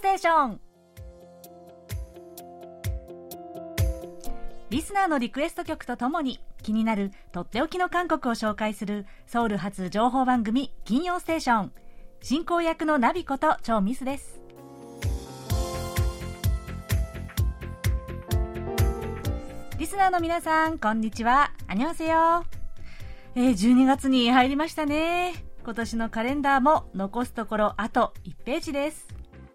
テーション。リスナーのリクエスト曲とともに気になるとっておきの韓国を紹介するソウル発情報番組金曜ステーション。進行役のナビことチョウミスです。リスナーの皆さん、こんにちは。アニョンセヨ。12月に入りましたね。今年のカレンダーも残すところあと1ページです。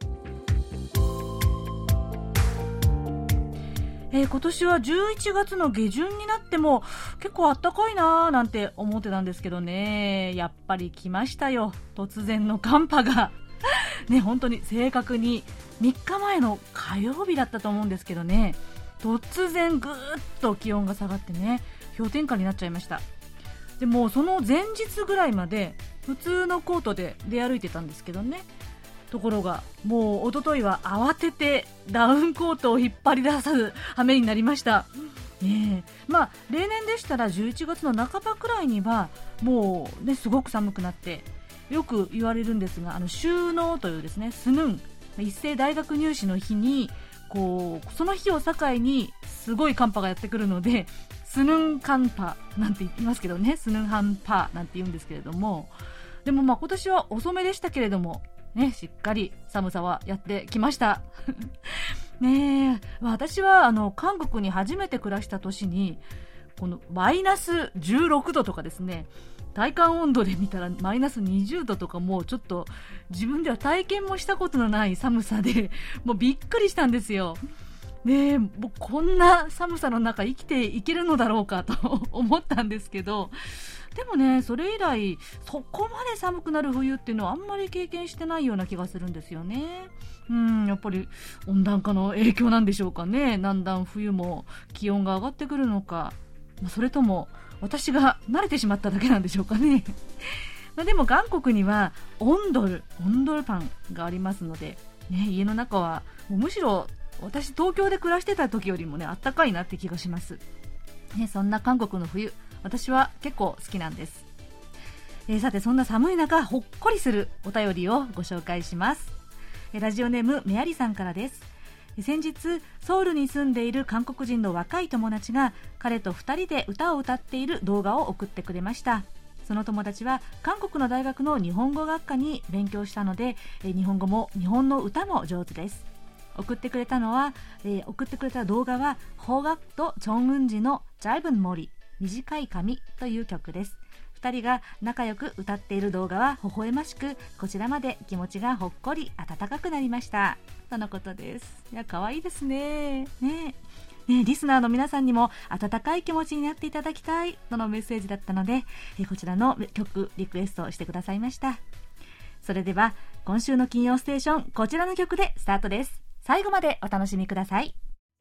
今年は11月の下旬になっても結構暖かいなーなんて思ってたんですけどね、やっぱり来ましたよ、突然の寒波がね、本当に正確に3日前の火曜日だったと思うんですけどね、突然ぐーっと気温が下がってね、氷点下になっちゃいました。でもその前日ぐらいまで普通のコートで出歩いてたんですけどね、ところがもう一昨日は慌ててダウンコートを引っ張り出す羽目になりました、まあ例年でしたら11月の半ばくらいにはもうねすごく寒くなってよく言われるんですが、秋納というですね、スヌン一斉大学入試の日にこうその日を境にすごい寒波がやってくるので、スヌン寒波なんて言いますけどね、スヌン寒波なんて言うんですけれども、でもまあ今年は遅めでしたけれどもね、しっかり寒さはやってきましたねえ、私は韓国に初めて暮らした年にこのマイナス16度とかですね、体感温度で見たらマイナス20度とか、もうちょっと自分では体験もしたことのない寒さでもうびっくりしたんですよね。もうこんな寒さの中生きていけるのだろうかと思ったんですけど、でもね、それ以来そこまで寒くなる冬っていうのはあんまり経験してないような気がするんですよね。やっぱり温暖化の影響なんでしょうかね。だんだん冬も気温が上がってくるのか、それとも私が慣れてしまっただけなんでしょうかねでも韓国にはオンドルパンがありますので、家の中はもうむしろ私東京で暮らしてた時よりもね、あったかいなって気がします、そんな韓国の冬、私は結構好きなんです。さて、そんな寒い中ほっこりするお便りをご紹介します。ラジオネームメアリさんからです。先日ソウルに住んでいる韓国人の若い友達が彼と2人で歌を歌っている動画を送ってくれました。その友達は韓国の大学の日本語学科に勉強したので、日本語も日本の歌も上手です。送ってくれた動画はホーガクとチョンウンジの짧은 머리短い髪という曲です。2人が仲良く歌っている動画は微笑ましく、こちらまで気持ちがほっこり温かくなりましたとのことです。いや、可愛いですね。リスナーの皆さんにも温かい気持ちになっていただきたいとのメッセージだったので、こちらの曲リクエストしてくださいました。それでは今週の金曜ステーション、こちらの曲でスタートです。最後までお楽しみください。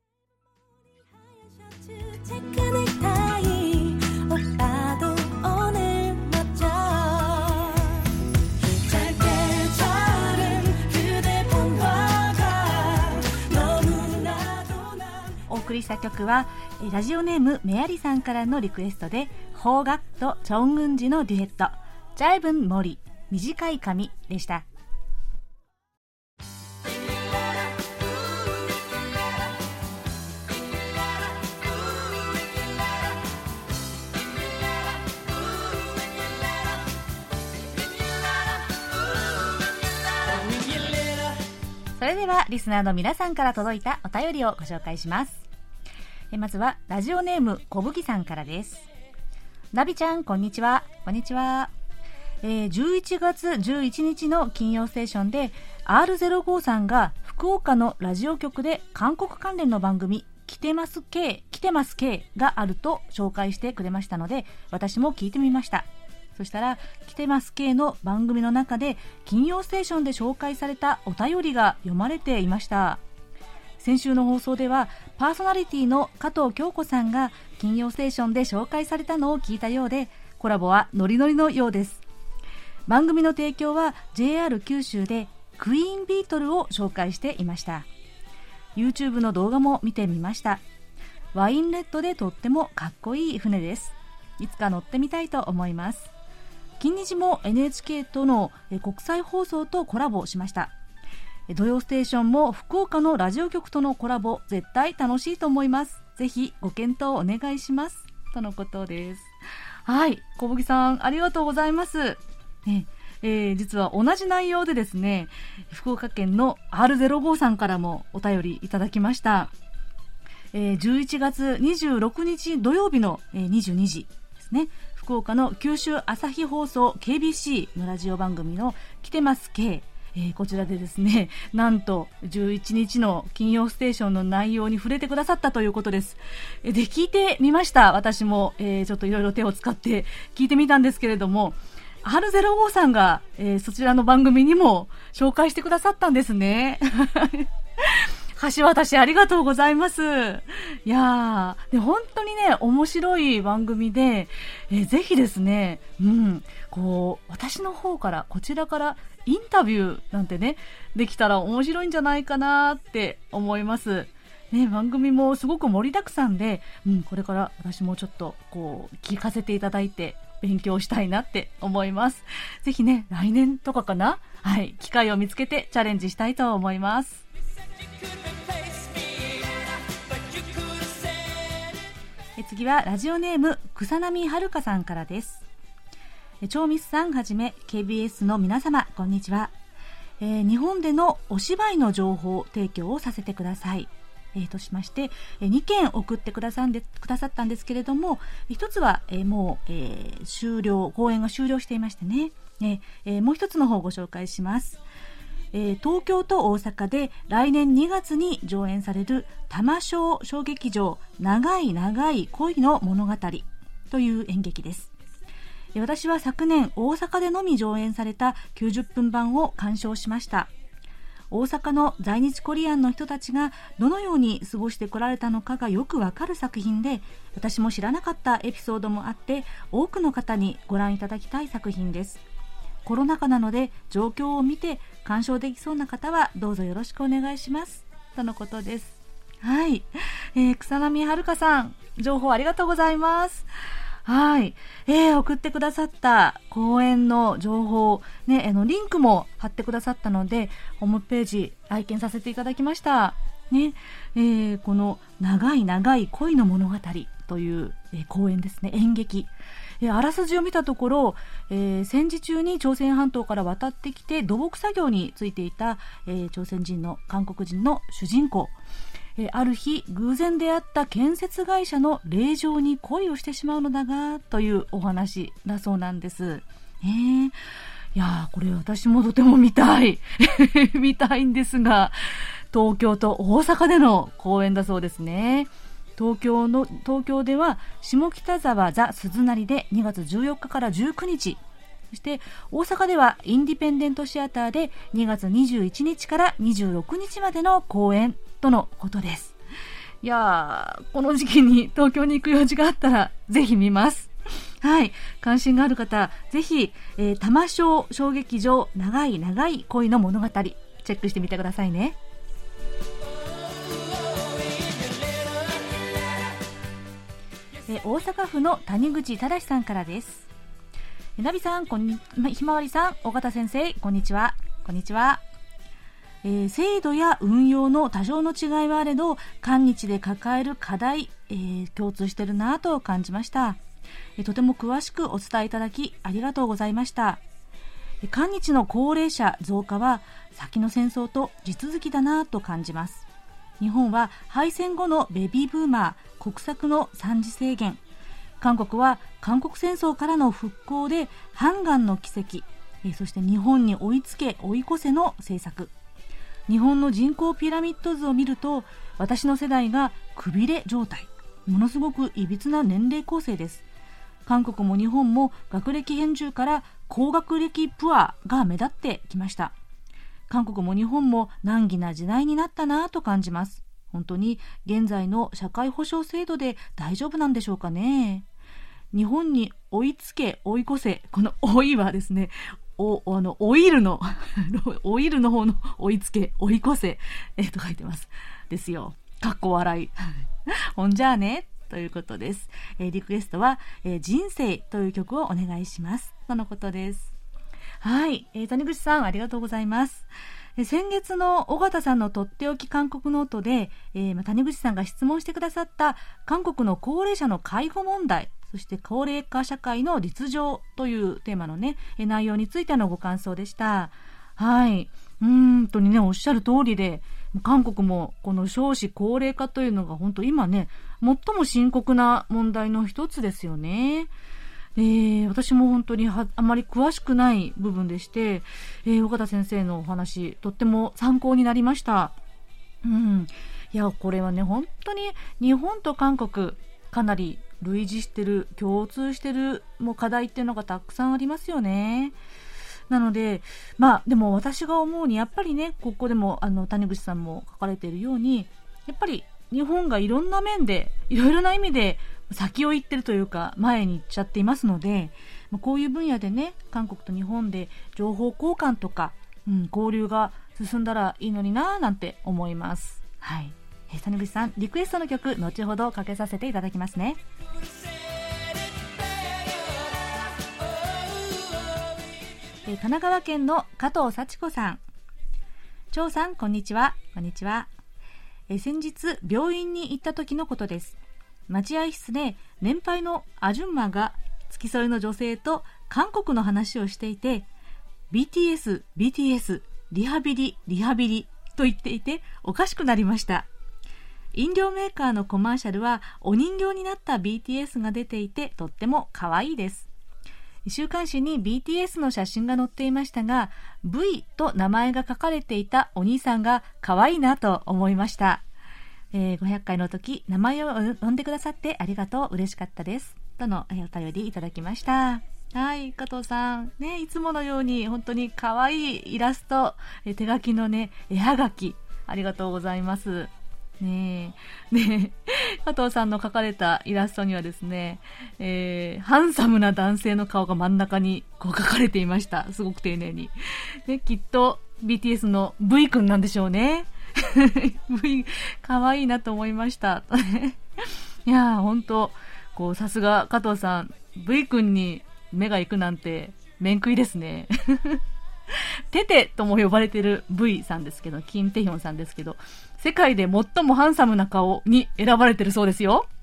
お送りした曲はラジオネームメアリさんからのリクエストで、ホーガクとチョンウンジのデュエット、짧은 머리短い髪でした。それではリスナーの皆さんから届いたお便りをご紹介します。まずはラジオネーム小吹さんからです。ナビちゃん、こんにちは。こんにちは。11月11日の金曜ステーションで R05 さんが福岡のラジオ局で韓国関連の番組来てます K があると紹介してくれましたので、私も聞いてみました。そしたら来てます系の番組の中で金曜ステーションで紹介されたお便りが読まれていました。先週の放送ではパーソナリティの加藤京子さんが金曜ステーションで紹介されたのを聞いたようで、コラボはノリノリのようです。番組の提供は JR 九州でクイーンビートルを紹介していました。 YouTube の動画も見てみました。ワインレッドでとってもかっこいい船です。いつか乗ってみたいと思います。金日も NHK との国際放送とコラボしました。 土曜ステーションも福岡のラジオ局とのコラボ絶対楽しいと思います。ぜひご検討お願いしますとのことです。はい、小吹さんありがとうございます、実は同じ内容でですね、福岡県の R05 さんからもお便りいただきました。11月26日土曜日の22時ですね、福岡の九州朝日放送 KBC のラジオ番組の来てます K、こちらでですね、なんと11日の金曜ステーションの内容に触れてくださったということです。で、聞いてみました。私も、ちょっといろいろ手を使って聞いてみたんですけれども、R05 さんが、そちらの番組にも紹介してくださったんですね。橋渡しありがとうございます。いやー、で本当にね、面白い番組で、ぜひですね、私の方からこちらからインタビューなんてね、できたら面白いんじゃないかなって思います。ね、番組もすごく盛りだくさんで、これから私もちょっと聞かせていただいて勉強したいなって思います。ぜひね、来年とかかな、はい、機会を見つけてチャレンジしたいと思います。次はラジオネーム草波はるかさんからです。超ミスさんはじめ KBS の皆様こんにちは。日本でのお芝居の情報提供をさせてください、としまして、2件送ってくださったんですけれども、一つは、もう、公演が終了していましてね、もう一つの方をご紹介します。東京と大阪で来年2月に上演される玉小小劇場長い長い恋の物語という演劇です。私は昨年大阪でのみ上演された90分版を鑑賞しました。大阪の在日コリアンの人たちがどのように過ごしてこられたのかがよくわかる作品で、私も知らなかったエピソードもあって多くの方にご覧いただきたい作品です。コロナ禍なので状況を見て鑑賞できそうな方はどうぞよろしくお願いしますとのことです。はい、草波はるかさん、情報ありがとうございます。はい、送ってくださった公演の情報、ね、リンクも貼ってくださったのでホームページ拝見させていただきました、ね。この長い長い恋の物語という、公演ですね、演劇。あらすじを見たところ、戦時中に朝鮮半島から渡ってきて土木作業についていた、朝鮮人の韓国人の主人公、ある日偶然出会った建設会社の令嬢に恋をしてしまうのだがというお話だそうなんです。いやー、これ私もとても見たい見たいんですが、東京と大阪での公演だそうですね。東京では下北沢ザ鈴なりで2月14日から19日、そして大阪ではインディペンデントシアターで2月21日から26日までの公演とのことです。いやー、この時期に東京に行く用事があったらぜひ見ます。はい、関心がある方ぜひ、玉小小劇場長い長い恋の物語チェックしてみてくださいね。大阪府の谷口正さんからです。ナビさん、ひまわりさん、尾形先生、こんにちは。こんにちは。制度や運用の多少の違いはあれど、韓日で抱える課題、共通してるなと感じました。とても詳しくお伝えいただきありがとうございました。韓日の高齢者増加は先の戦争と地続きだなと感じます。日本は敗戦後のベビーブーマー、国策の産児制限、韓国は韓国戦争からの復興でハンガンの奇跡、そして日本に追いつけ追い越せの政策。日本の人口ピラミッド図を見ると、私の世代がくびれ状態、ものすごくいびつな年齢構成です。韓国も日本も学歴減重から高学歴プアが目立ってきました。韓国も日本も難儀な時代になったなと感じます。本当に現在の社会保障制度で大丈夫なんでしょうかね。日本に追いつけ追い越せ、この追いはですね、オイルのオイルの方の追いつけ追い越せ、と書いてますですよ。かっこ笑いほんじゃあねということです。リクエストは、人生という曲をお願いしますとのことです。はい、谷口さんありがとうございます。 先月の尾形さんのとっておき韓国ノートで、谷口さんが質問してくださった韓国の高齢者の介護問題、そして高齢化社会の実情というテーマのね、内容についてのご感想でした。はい。本当にね、おっしゃる通りで、韓国もこの少子高齢化というのが本当今ね、最も深刻な問題の一つですよね。私も本当にあまり詳しくない部分でして、岡田先生のお話とっても参考になりました。いやこれはね本当に日本と韓国かなり類似してる、共通してるもう課題っていうのがたくさんありますよね。なのででも私が思うにやっぱりね、ここでも谷口さんも書かれているように、やっぱり日本がいろんな面でいろいろな意味で先を行ってるというか前に行っちゃっていますので、こういう分野でね、韓国と日本で情報交換とか、交流が進んだらいいのにななんて思います。はい。谷口さんリクエストの曲後ほどかけさせていただきますね。神奈川県の加藤幸子さん、張さんこんにちは。こんにちは。先日病院に行った時のことです。待合室で年配のアジュンマが付き添いの女性と韓国の話をしていて、 BTS リハビリと言っていておかしくなりました。飲料メーカーのコマーシャルはお人形になった BTS が出ていてとっても可愛いです。週刊誌に BTS の写真が載っていましたが、 V と名前が書かれていたお兄さんが可愛いなと思いました。500回の時名前を呼んでくださってありがとう、嬉しかったですとのお便りいただきました。はい、加藤さんね、いつものように本当に可愛いイラスト、手書きのね絵はがきありがとうございますね。加藤さんの描かれたイラストにはですね、ハンサムな男性の顔が真ん中にこう描かれていました。すごく丁寧に、きっと BTS の V 君なんでしょうね。V 可愛いなと思いましたいや本当こうさすが加藤さん、 V 君に目が行くなんて面食いですねテテとも呼ばれている V さんですけど、キンテヒョンさんですけど、世界で最もハンサムな顔に選ばれてるそうですよ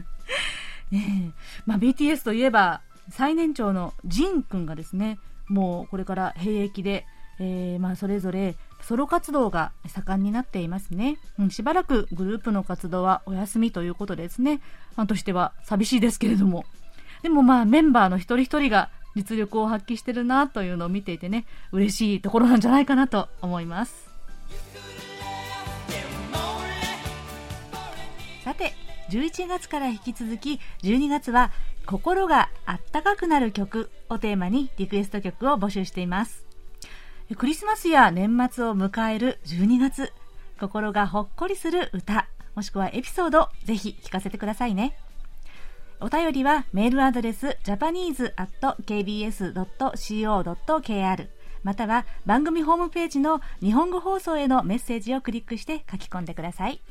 BTS といえば最年長のジン君がですね、もうこれから兵役で、それぞれソロ活動が盛んになっていますね。しばらくグループの活動はお休みということですね。ファンとしては寂しいですけれども、でもメンバーの一人一人が実力を発揮してるなというのを見ていてね、嬉しいところなんじゃないかなと思います。さて11月から引き続き12月は心があったかくなる曲をテーマにリクエスト曲を募集しています。クリスマスや年末を迎える12月、心がほっこりする歌もしくはエピソードぜひ聞かせてくださいね。お便りはメールアドレス japanese@kbs.co.kr または番組ホームページの日本語放送へのメッセージをクリックして書き込んでください。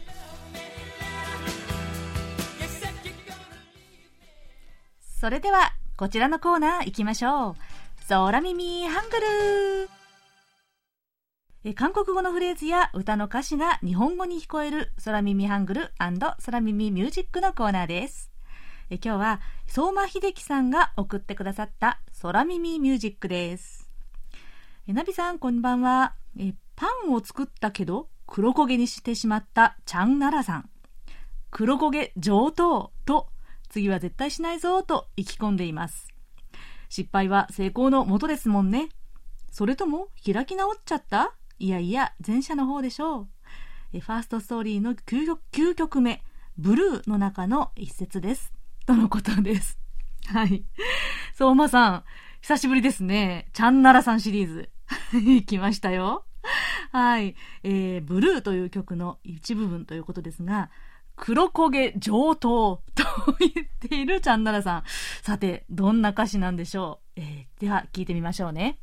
それではこちらのコーナー行きましょう。空耳ハングル。韓国語のフレーズや歌の歌詞が日本語に聞こえる空耳ハングル&空耳ミュージックのコーナーです。今日は相馬秀樹さんが送ってくださった空耳ミュージックです。ナビさんこんばんは。パンを作ったけど黒焦げにしてしまったチャンナラさん、黒焦げ上等と次は絶対しないぞと意気込んでいます。失敗は成功のもとですもんね。それとも開き直っちゃった？いやいや前者の方でしょう。ファーストストーリーの9曲目ブルーの中の一節ですとのことです。はい、相馬さん久しぶりですね。チャンナラさんシリーズ来ましたよ。はい、ブルーという曲の一部分ということですが、黒焦げ上等と言っているチャンナラさん、さてどんな歌詞なんでしょう。では聞いてみましょうね。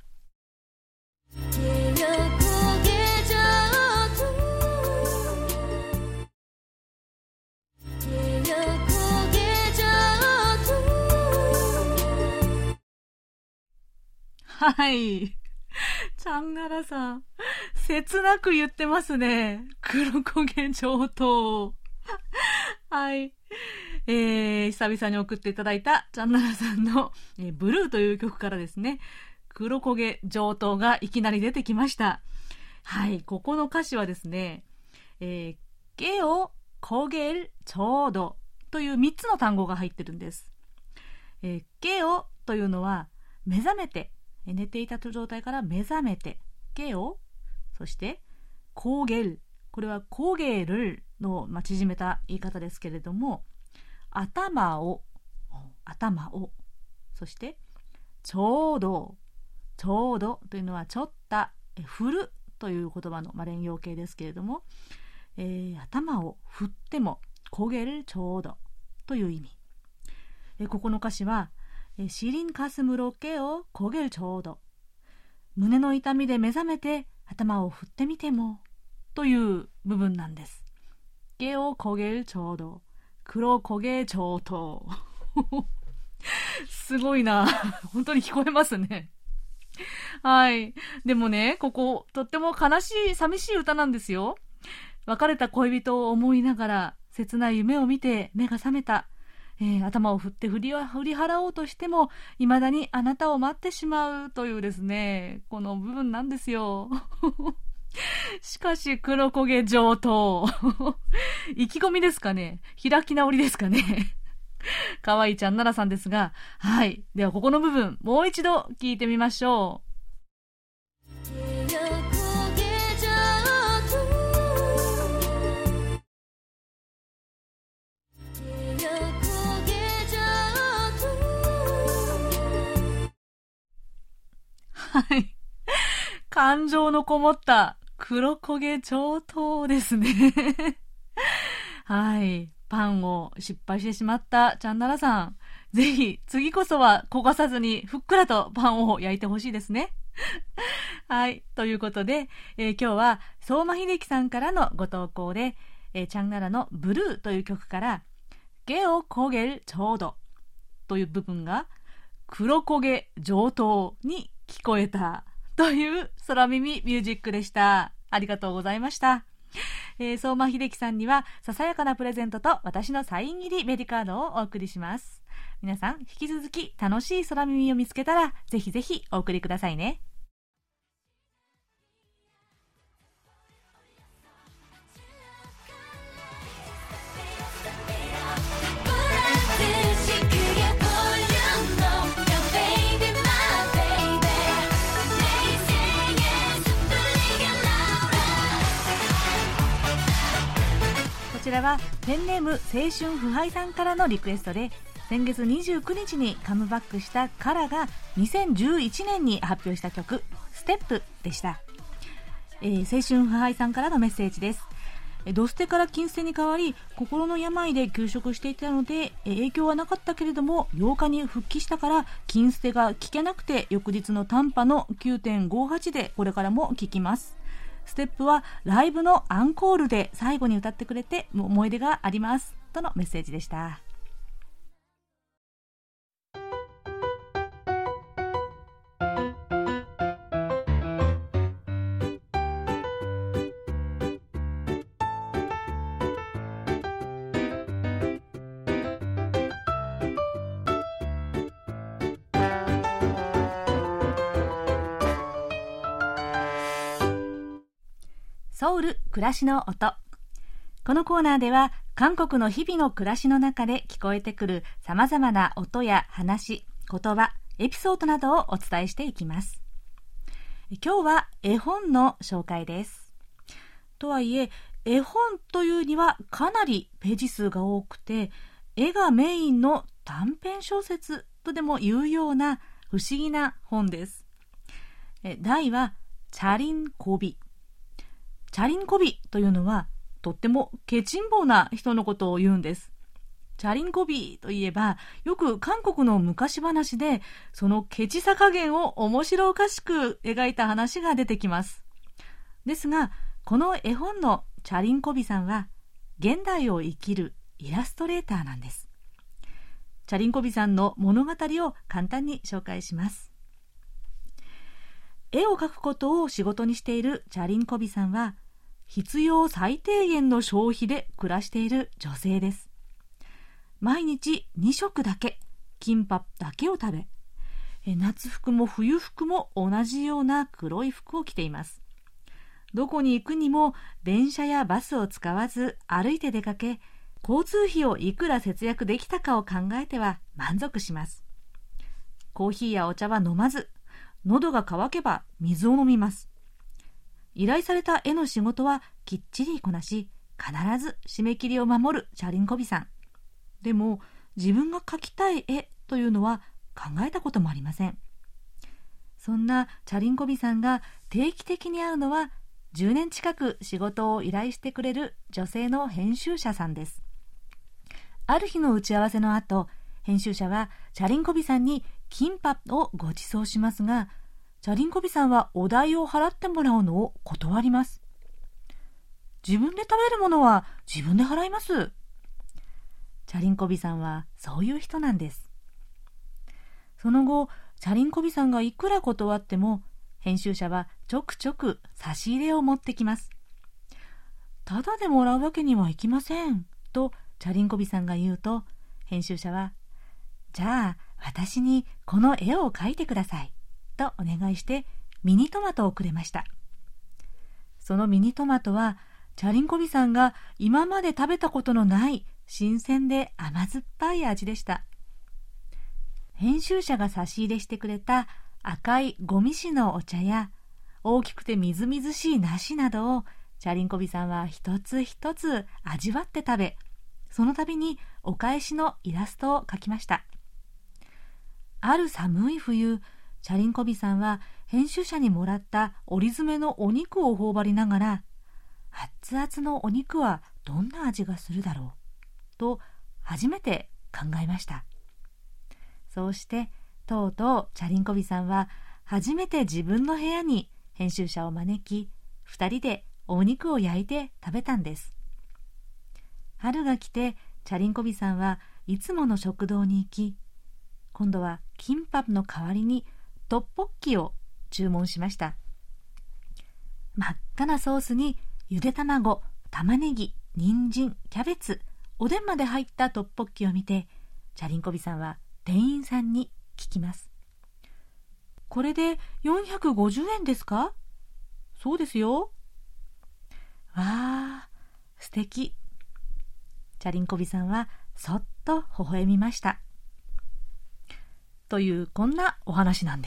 はい、チャンナラさん切なく言ってますね。黒焦げ上等。はい。久々に送っていただいたチャンナラさんの、ブルーという曲からですね、黒焦げ上等がいきなり出てきました。はい。ここの歌詞はですね、ゲオ焦げるちょうどという3つの単語が入ってるんです。ゲオというのは目覚めて、寝ていた状態から目覚めて、ゲオ、そして焦げる、これは焦げるの、縮めた言い方ですけれども、頭を、そしてちょうどというのはちょっと振るという言葉の連用形ですけれども、頭を振っても焦げるちょうどという意味。ここの歌詞は시린 가슴으로 깨어 고개를 저어도胸の痛みで目覚めて頭を振ってみてもという部分なんです。깨어 고개를 저어도黒焦げ上等。すごいな。本当に聞こえますね。はい。でもね、こことっても悲しい寂しい歌なんですよ。別れた恋人を思いながら切ない夢を見て目が覚めた。頭を振って振り払おうとしても未だにあなたを待ってしまうというですね、この部分なんですよ。しかし黒焦げ上等。意気込みですかね、開き直りですかね。かわいいちゃんならさんですが、はい。ではここの部分もう一度聞いてみましょう。はい。感情のこもった黒焦げ上等ですね。はい。パンを失敗してしまったチャンナラさん。ぜひ次こそは焦がさずにふっくらとパンを焼いてほしいですね。はい。ということで、今日は相馬秀樹さんからのご投稿で、チャンナラのブルーという曲からゲオ焦げるちょうどという部分が黒焦げ上等に聞こえたという空耳ミュージックでした。ありがとうございました。相馬秀樹さんにはささやかなプレゼントと私のサイン入りメディカードをお送りします。皆さん引き続き楽しい空耳を見つけたらぜひぜひお送りくださいね。こちらはペンネーム青春腐敗さんからのリクエストで、先月29日にカムバックしたカラが2011年に発表した曲ステップでした。青春腐敗さんからのメッセージです。ドステから金ステに変わり心の病で休職していたので影響はなかったけれども、8日に復帰したから金ステが聴けなくて翌日の短波の 9.58 でこれからも聴きます。ステップはライブのアンコールで最後に歌ってくれて思い出がありますとのメッセージでした。ソウル暮らしの音。このコーナーでは韓国の日々の暮らしの中で聞こえてくるさまざまな音や話、言葉、エピソードなどをお伝えしていきます。今日は絵本の紹介です。とはいえ絵本というにはかなりページ数が多くて、絵がメインの短編小説とでも言うような不思議な本です。題はチャリンコビ。チャリンコビというのはとってもケチンボな人のことを言うんです。チャリンコビといえばよく韓国の昔話でそのケチさ加減を面白おかしく描いた話が出てきます。ですがこの絵本のチャリンコビさんは現代を生きるイラストレーターなんです。チャリンコビさんの物語を簡単に紹介します。 絵を描くことを仕事にしているチャリンコビさんは、必要最低限の消費で暮らしている女性です。毎日2食だけ、キンパだけを食べ、夏服も冬服も同じような黒い服を着ています。どこに行くにも電車やバスを使わず歩いて出かけ、交通費をいくら節約できたかを考えては満足します。コーヒーやお茶は飲まず、喉が渇けば水を飲みます。依頼された絵の仕事はきっちりこなし、必ず締め切りを守るチャリンコビさん。でも自分が描きたい絵というのは考えたこともありません。そんなチャリンコビさんが定期的に会うのは、10年近く仕事を依頼してくれる女性の編集者さんです。ある日の打ち合わせの後、編集者はチャリンコビさんにキンパをご馳走しますが、チャリンコビさんはお代を払ってもらうのを断ります。自分で食べるものは自分で払います。チャリンコビさんはそういう人なんです。その後、チャリンコビさんがいくら断っても、編集者はちょくちょく差し入れを持ってきます。ただでもらうわけにはいきませんとチャリンコビさんが言うと、編集者は、じゃあ私にこの絵を描いてくださいとお願いしてミニトマトをくれました。そのミニトマトはチャリンコビさんが今まで食べたことのない新鮮で甘酸っぱい味でした。編集者が差し入れしてくれた赤いゴミ紙のお茶や大きくてみずみずしい梨などをチャリンコビさんは一つ一つ味わって食べ、その度にお返しのイラストを描きました。ある寒い冬、チャリンコビさんは編集者にもらった折り詰めのお肉を頬張りながら、熱々のお肉はどんな味がするだろうと初めて考えました。そうしてとうとうチャリンコビさんは初めて自分の部屋に編集者を招き、2人でお肉を焼いて食べたんです。春が来てチャリンコビさんはいつもの食堂に行き、今度はキンパの代わりにトッポッキを注文しました。真っ赤なソースにゆで卵、玉ねぎ、人参、キャベツ、おでんまで入ったトッポッキを見て、チャリンコビさんは店員さんに聞きます。これで450円ですか？そうですよ。わあ、素敵。チャリンコビさんはそっと微笑みました。というこんなお話なんです。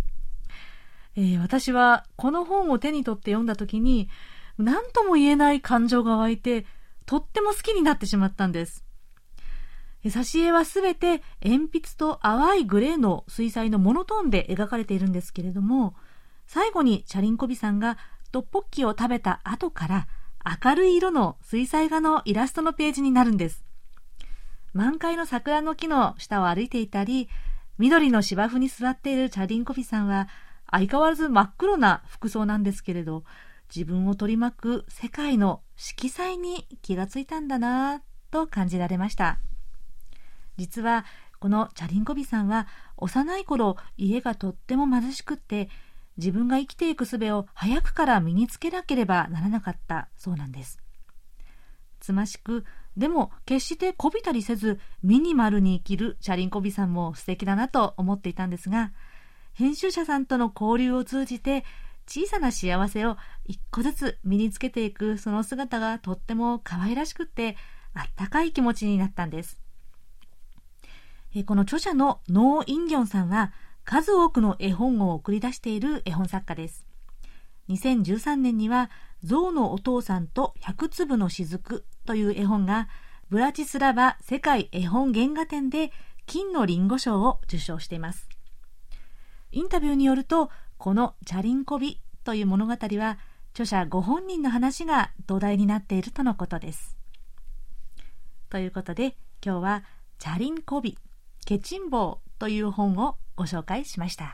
私はこの本を手に取って読んだ時に何とも言えない感情が湧いて、とっても好きになってしまったんです。挿絵はすべて鉛筆と淡いグレーの水彩のモノトーンで描かれているんですけれども、最後にチャリンコビさんがトッポッキを食べた後から明るい色の水彩画のイラストのページになるんです。満開の桜の木の下を歩いていたり、緑の芝生に座っているチャリンコビさんは相変わらず真っ黒な服装なんですけれど、自分を取り巻く世界の色彩に気がついたんだなぁと感じられました。実はこのチャリンコビさんは幼い頃家がとっても貧しくって、自分が生きていく術を早くから身につけなければならなかったそうなんです。つましく、でも決してこびたりせずミニマルに生きるチャリンコビさんも素敵だなと思っていたんですが、編集者さんとの交流を通じて小さな幸せを一個ずつ身につけていくその姿がとっても可愛らしくってあったかい気持ちになったんです。この著者のノー・インギョンさんは数多くの絵本を送り出している絵本作家です。2013年には象のお父さんと100粒の雫という絵本がブラチスラバ世界絵本原画展で金のリンゴ賞を受賞しています。インタビューによると、このチャリンコビという物語は著者ご本人の話が土台になっているとのことです。ということで今日はチャリンコビケチンボウという本をご紹介しました。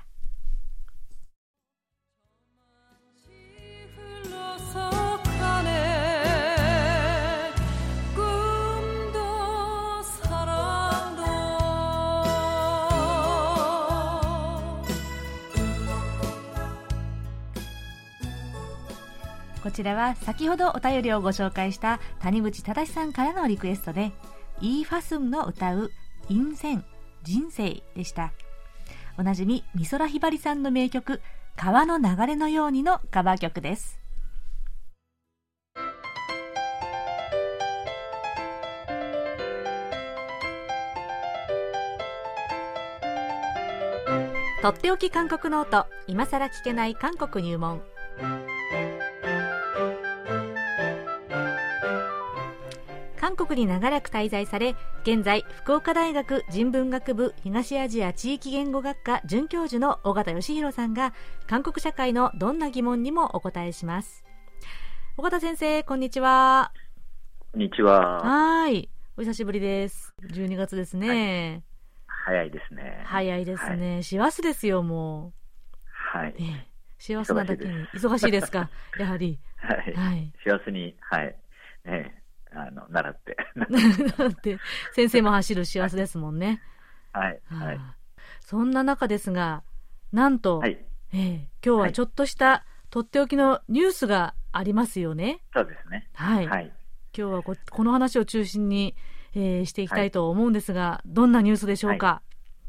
こちらは先ほどお便りをご紹介した谷口忠さんからのリクエストで、イーファスンの歌う陰線人生でした。おなじみ美空ひばりさんの名曲川の流れのようにのカバー曲です。とっておき韓国ノート、今さら聞けない韓国入門。韓国に長らく滞在され、現在福岡大学人文学部東アジア地域言語学科准教授の尾形義弘さんが、韓国社会のどんな疑問にもお答えします。尾形先生、こんにちは。 こんにちは。 はい、お久しぶりです。12月ですね。 早いですね。 早いですね。師走ですよ、もう。 はい。 師走なだけに忙しいですか、やはり。 はい。師走に、はい。習って。 習って、先生も走る師走ですもんね。 はい。 そんな中ですが、なんと、今日はちょっとしたとっておきのニュースがありますよね。 そうですね。 はい。今日はこの話を中心に、していきたいと思うんですが、どんなニュースでしょうか。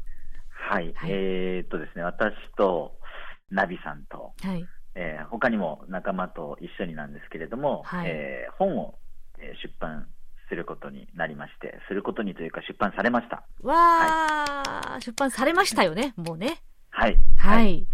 ですね、私とナビさんと、他にも仲間と一緒になんですけれども、本を出版することになりまして、することにというか出版されました。 出版されましたよね、もうね。 11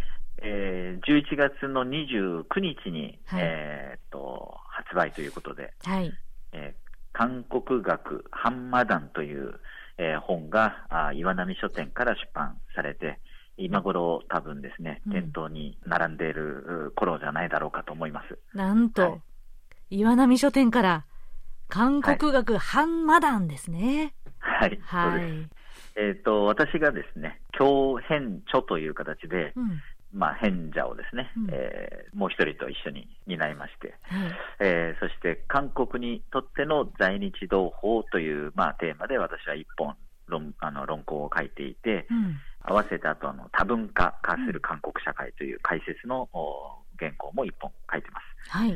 月の29日に、発売ということで、韓国学ハンマダンという、本が岩波書店から出版されて、今頃多分ですね、店頭に並んでいる頃じゃないだろうかと思います。 なんと、岩波書店から韓国学ハンマダンですね。 そうです。私がですね、共編著という形で、編者をですね、もう一人と一緒に担いまして、そして韓国にとっての在日同胞という、テーマで私は一本論考を書いていて、合わせてあと多文化化する韓国社会という解説の原稿も一本書いてます。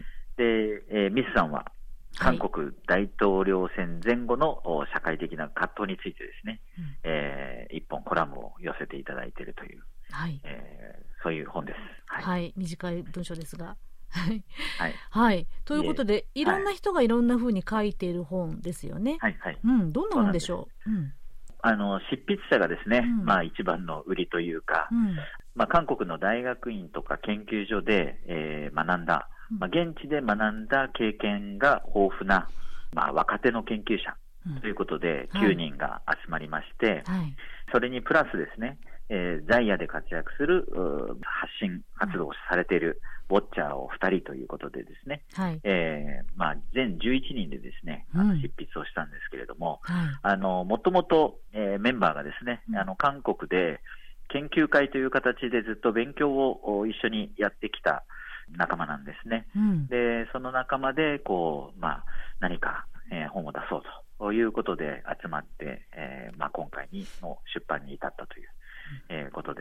で、ミスさんは韓国大統領選前後の社会的な葛藤についてですね、一本コラムを寄せていただいているという、そういう本です。 短い文章ですが。ということで、いろんな人がいろんな風に書いている本ですよね。どんな本でしょう。 執筆者がですね、一番の売りというか、韓国の大学院とか研究所で、学んだ、現地で学んだ経験が豊富な、若手の研究者ということで、9人が集まりまして、それにプラスですね、在野で活躍する発信活動をされているウォッチャーを2人ということでですね、全11人でですね、執筆をしたんですけれども、もともとメンバーがですね、韓国で研究会という形でずっと勉強を一緒にやってきた仲間なんですね。で、その仲間で何か本を出そうということで集まって、今回の出版に至ったということです。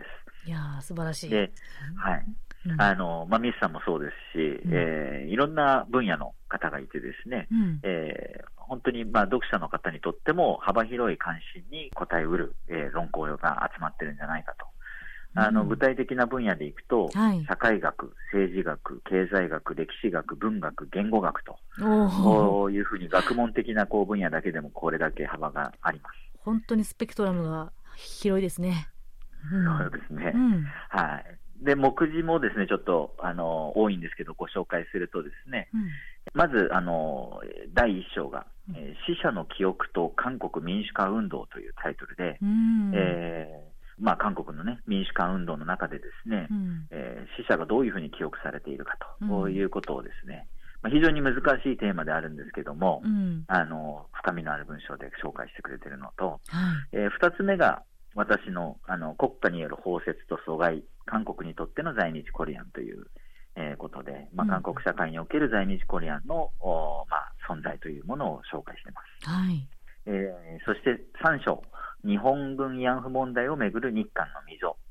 いやー、素晴らしい。 で、ミスさんもそうですし、いろんな分野の方がいてですね、本当に読者の方にとっても幅広い関心に応えうる、論考が集まってるんじゃないかと。具体的な分野でいくと、社会学、政治学、経済学、歴史学、文学、言語学と、こういうふうに学問的な分野だけでもこれだけ幅があります。 本当にスペクトラムが広いですね。 そうですね。で、目次もですね、ちょっと多いんですけど、ご紹介するとですね、まず第1章が、死者の記憶と韓国民主化運動というタイトルで、韓国のね、民主化運動の中でですね、死者がどういうふうに記憶されているかということをですね、非常に難しいテーマであるんですけども、深みのある文章で紹介してくれているのと、2つ目が私の国家による包摂と阻害、韓国にとっての在日コリアンという、ことで、韓国社会における在日コリアンの、存在というものを紹介しています。そして3章、日本軍慰安婦問題をめぐる日韓の溝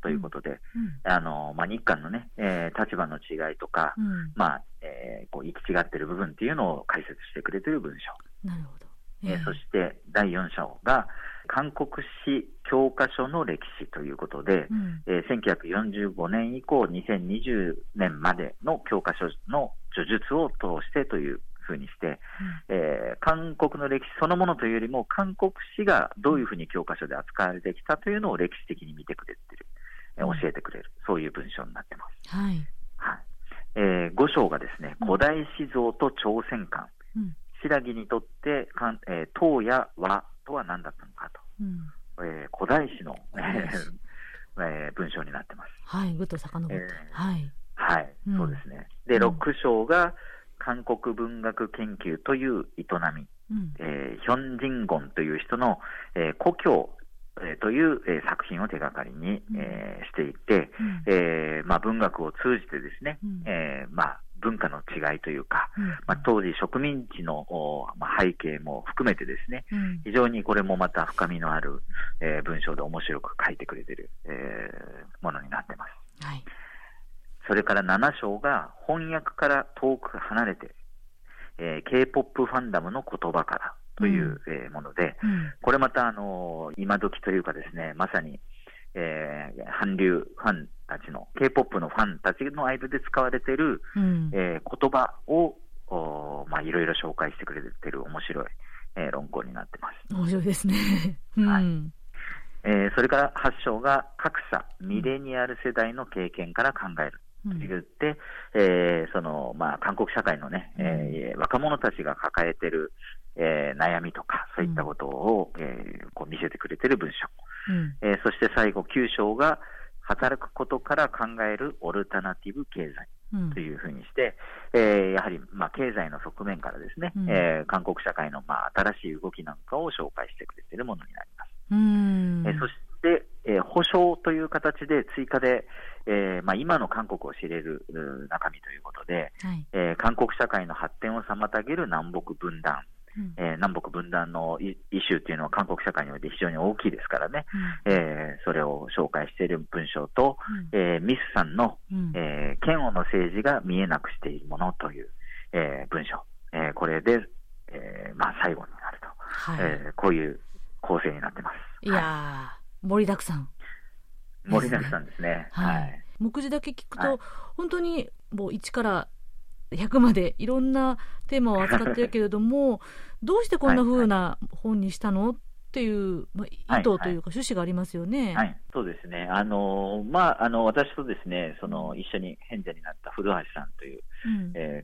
ということで、日韓のね、立場の違いとか、こう行き違っている部分っていうのを解説してくれている文章。 なるほど。 そして第4章が韓国史教科書の歴史ということで、1945年以降2020年までの教科書の叙述を通してというふうにして、韓国の歴史そのものというよりも韓国史がどういうふうに教科書で扱われてきたというのを歴史的に見てくれている、教えてくれる、そういう文章になっています。 はい。 5章がですね、古代史像と朝鮮観、白木にとって唐や和とは何だったのかと、古代史の、文章になっています。 はい、ぐっと遡って、 そうですね。で、6章が韓国文学研究という営み、ヒョン・ジンゴンという人の、故郷という作品を手がかりにしていて、文学を通じてですね、文化の違いというか、当時植民地の背景も含めてですね、非常にこれもまた深みのある文章で面白く書いてくれているものになっています。それから7章が翻訳から遠く離れて、K-POP ファンダムの言葉からというもので、これまた今時というかですね、まさに韓流ファンたちの K-POP のファンたちの間で使われている、言葉をいろいろ紹介してくれている面白い、論考になっています。 面白いですね。 それから8章が格差、ミレニアル世代の経験から考えると言って、韓国社会のね、若者たちが抱えている、悩みとかそういったことを、こう見せてくれている文章。そして最後9章が働くことから考えるオルタナティブ経済というふうにして、やはり経済の側面からですね、韓国社会の新しい動きなんかを紹介してくれているものになります。そして、保障という形で追加で、今の韓国を知れる中身ということで、韓国社会の発展を妨げる南北分断、南北分断のイシューというのは韓国社会において非常に大きいですからね、それを紹介している文章と、ミスさんの、嫌悪の政治が見えなくしているものという、文章、これで、最後になると、こういう構成になっています。 いやー、盛りだくさん。 盛りだくさんですね。 目次だけ聞くと、本当にもう1から100までいろんなテーマを扱ってるけれども、どうしてこんな風な本にしたのっていう、意図というか趣旨がありますよね。 そうですね。私とですね、一緒に賢者になった古橋さんという、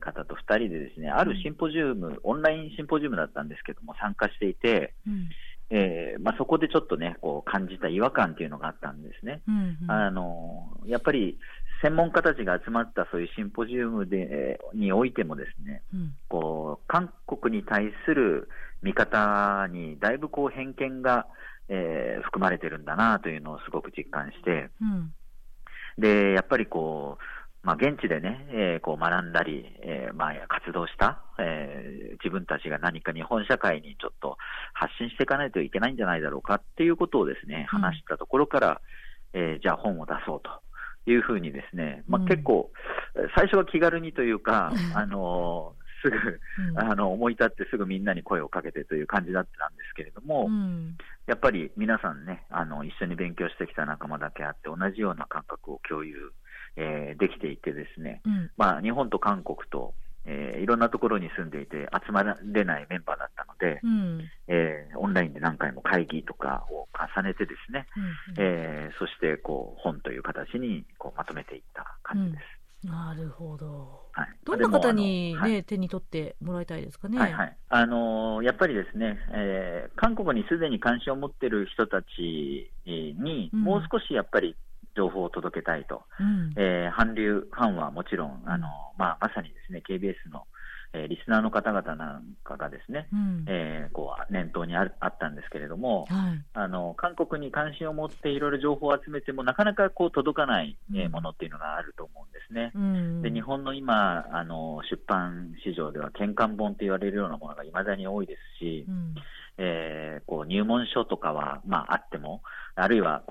方と2人でですね、あるシンポジウム、オンラインシンポジウムだったんですけども、参加していて、そこでちょっとね、こう感じた違和感というのがあったんですね。やっぱり専門家たちが集まったそういうシンポジウムにおいてもですね、こう韓国に対する見方にだいぶこう偏見が、含まれてるんだなというのをすごく実感して、でやっぱりこう、現地でね、こう学んだり、活動した、自分たちが何か日本社会にちょっと発信していかないといけないんじゃないだろうかっていうことをですね、話したところから、じゃあ本を出そうというふうにですね、結構最初は気軽にというか、すぐ思い立ってすぐみんなに声をかけてという感じだったんですけれども、やっぱり皆さんね、一緒に勉強してきた仲間だけあって同じような感覚を共有、できていてですね、日本と韓国と、いろんなところに住んでいて集まれないメンバーだったので、オンラインで何回も会議とかを重ねてですね、そしてこう本という形にこうまとめていった感じです。 なるほど。どんな方に、手に取ってもらいたいですかね。 やっぱりですね、韓国にすでに関心を持っている人たちに、もう少しやっぱり情報を届けたいと、韓流ファンはもちろんまさにですね KBS の、リスナーの方々なんかがですね、こう念頭にあったんですけれども、韓国に関心を持っていろいろ情報を集めてもなかなかこう届かない、ものっていうのがあると思うんですね。で日本の今出版市場では献韓本と言われるようなものがいまだに多いですし、こう入門書とかは、あっても、あるいはこう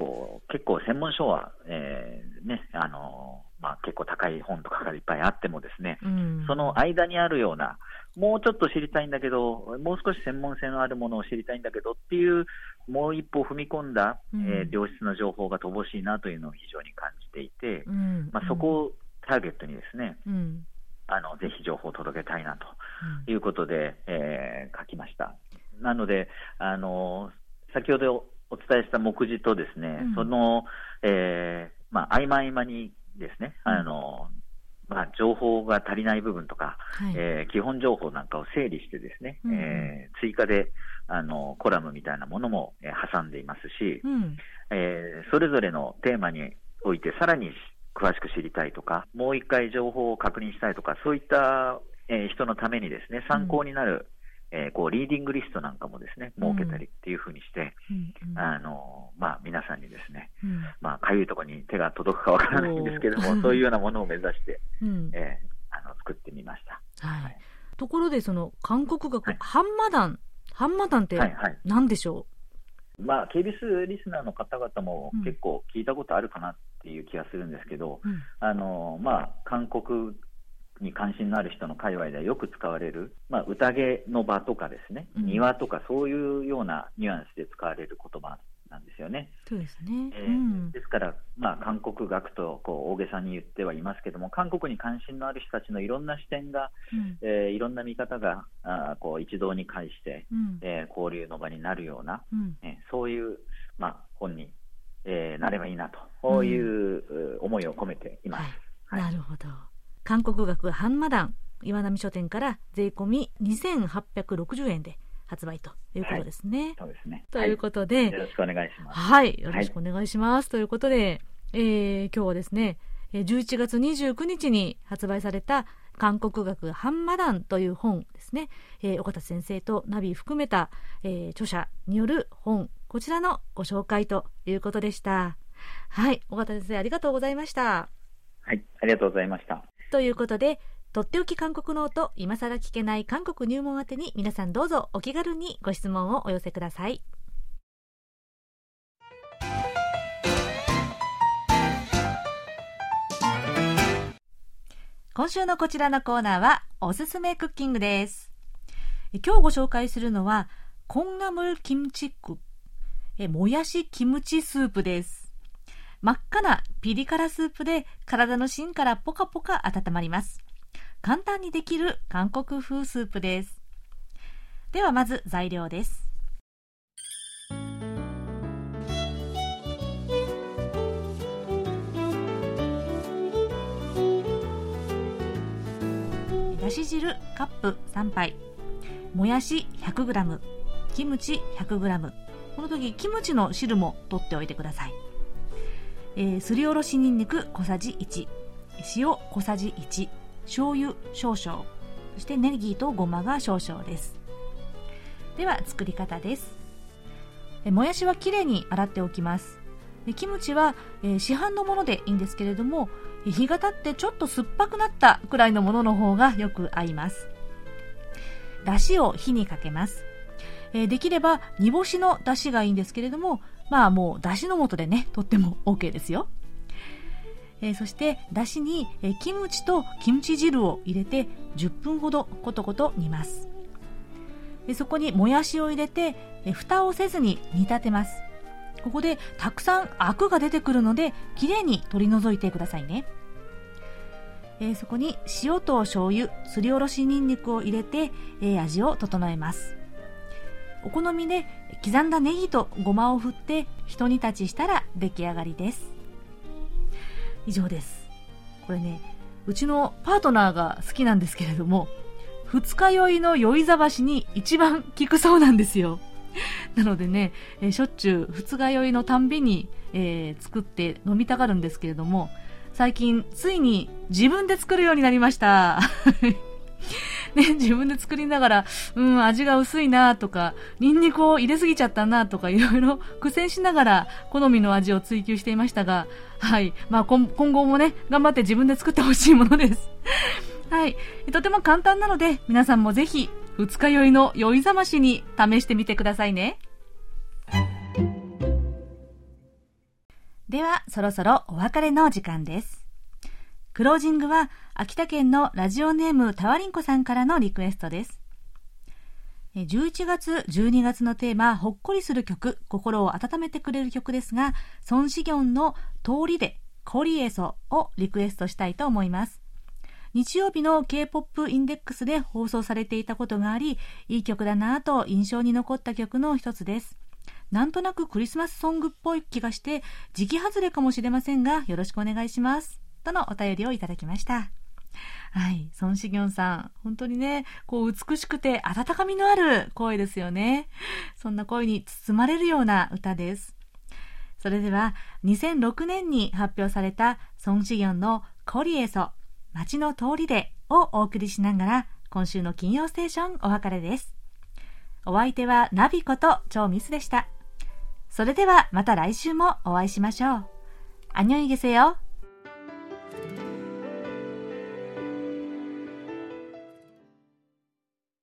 結構専門書は、結構高い本とかがいっぱいあってもですね、その間にあるような、もうちょっと知りたいんだけど、もう少し専門性のあるものを知りたいんだけどっていう、もう一歩踏み込んだ、良質な情報が乏しいなというのを非常に感じていて、そこをターゲットにですね、ぜひ情報を届けたいなということで、書きました。なので、先ほどお伝えした目次とですね、その、合間合間にですね、情報が足りない部分とか、基本情報なんかを整理してですね、追加でコラムみたいなものも、挟んでいますし、それぞれのテーマにおいてさらに詳しく知りたいとか、もう一回情報を確認したいとか、そういった、人のためにですね、参考になる、リーディングリストなんかもですね、設けたりっていうふうにして、皆さんにですね、かゆいところに手が届くかわからないんですけども、そういうようなものを目指して、作ってみました。 ところで、その韓国学、ハンマダンって何でしょう ？KBS リスナーの方々も結構聞いたことあるかなっていう気がするんですけど、韓国に関心のある人の界隈ではよく使われる、宴の場とかですね、庭とかそういうようなニュアンスで使われる言葉なんですよね。 そうですね。 ですから、韓国学と大げさに言ってはいますけども、韓国に関心のある人たちのいろんな視点が、いろんな見方が一堂に会して、交流の場になるような、そういう、本に、なればいいなという思いを込めています。 なるほど。韓国学ハンマダン、岩波書店から税込み2860円で発売ということですね。 そうですね。 ということで、 よろしくお願いします。 よろしくお願いします。ということで、今日はですね、11月29日に発売された韓国学ハンマダンという本ですね、岡田先生とナビ含めた、著者による本、こちらのご紹介ということでした。岡田先生、ありがとうございました。 ありがとうございました。 ということで、とっておき韓国ノート、今更聞けない韓国入門宛てに皆さんどうぞお気軽にご質問をお寄せください。今週のこちらのコーナーはおすすめクッキングです。今日ご紹介するのは콩나물 김치국、もやしキムチスープです。真っ赤なピリ辛スープで体の芯からポカポカ温まります。簡単にできる韓国風スープです。ではまず材料です。だし汁カップ3杯、もやし 100g、 キムチ 100g、 この時キムチの汁も取っておいてください。すりおろしにんにく小さじ1、塩小さじ1、醤油少々、そしてネギとごまが少々です。では作り方です。もやしはきれいに洗っておきます。キムチは市販のものでいいんですけれども、日が経ってちょっと酸っぱくなったくらいのものの方がよく合います。だしを火にかけます。できれば煮干しのだしがいいんですけれども、もうだしの素でね、とっても OK ですよ。そしてだしにキムチとキムチ汁を入れて10分ほどコトコト煮ます。そこにもやしを入れて蓋をせずに煮立てます。ここでたくさんアクが出てくるのできれいに取り除いてくださいね。そこに塩と醤油、すりおろしにんにくを入れて味を整えます。お好みで刻んだネギとごまを振ってひと煮立ちしたら出来上がりです。以上です。これね、うちのパートナーが好きなんですけれども、二日酔いの酔いざばしに一番効くそうなんですよ。なのでね、しょっちゅう二日酔いのたんびに、作って飲みたがるんですけれども、最近ついに自分で作るようになりましたね、自分で作りながら、味が薄いなとか、ニンニクを入れすぎちゃったなとか、いろいろ苦戦しながら好みの味を追求していましたが、今後もね、頑張って自分で作ってほしいものです。とても簡単なので、皆さんもぜひ二日酔いの酔いざましに試してみてくださいね。 ではそろそろお別れの時間です。クロージングは秋田県のラジオネームたわりんこさんからのリクエストです。11月12月のテーマ、ほっこりする曲、心を温めてくれる曲ですが、ソン・シギョンの通りでコリエソをリクエストしたいと思います。日曜日の K-POP インデックスで放送されていたことがあり、いい曲だなぁと印象に残った曲の一つです。なんとなくクリスマスソングっぽい気がして時期外れかもしれませんが、よろしくお願いしますとのお便りをいただきました。はい、ソン・シギョンさん、本当にね、美しくて温かみのある声ですよね。そんな声に包まれるような歌です。それでは2006年に発表されたソン・シギョンのコリエソ、街の通りでをお送りしながら、今週の金曜ステーションお別れです。お相手はナビことチョウミスでした。それではまた来週もお会いしましょう。안녕히 계세요。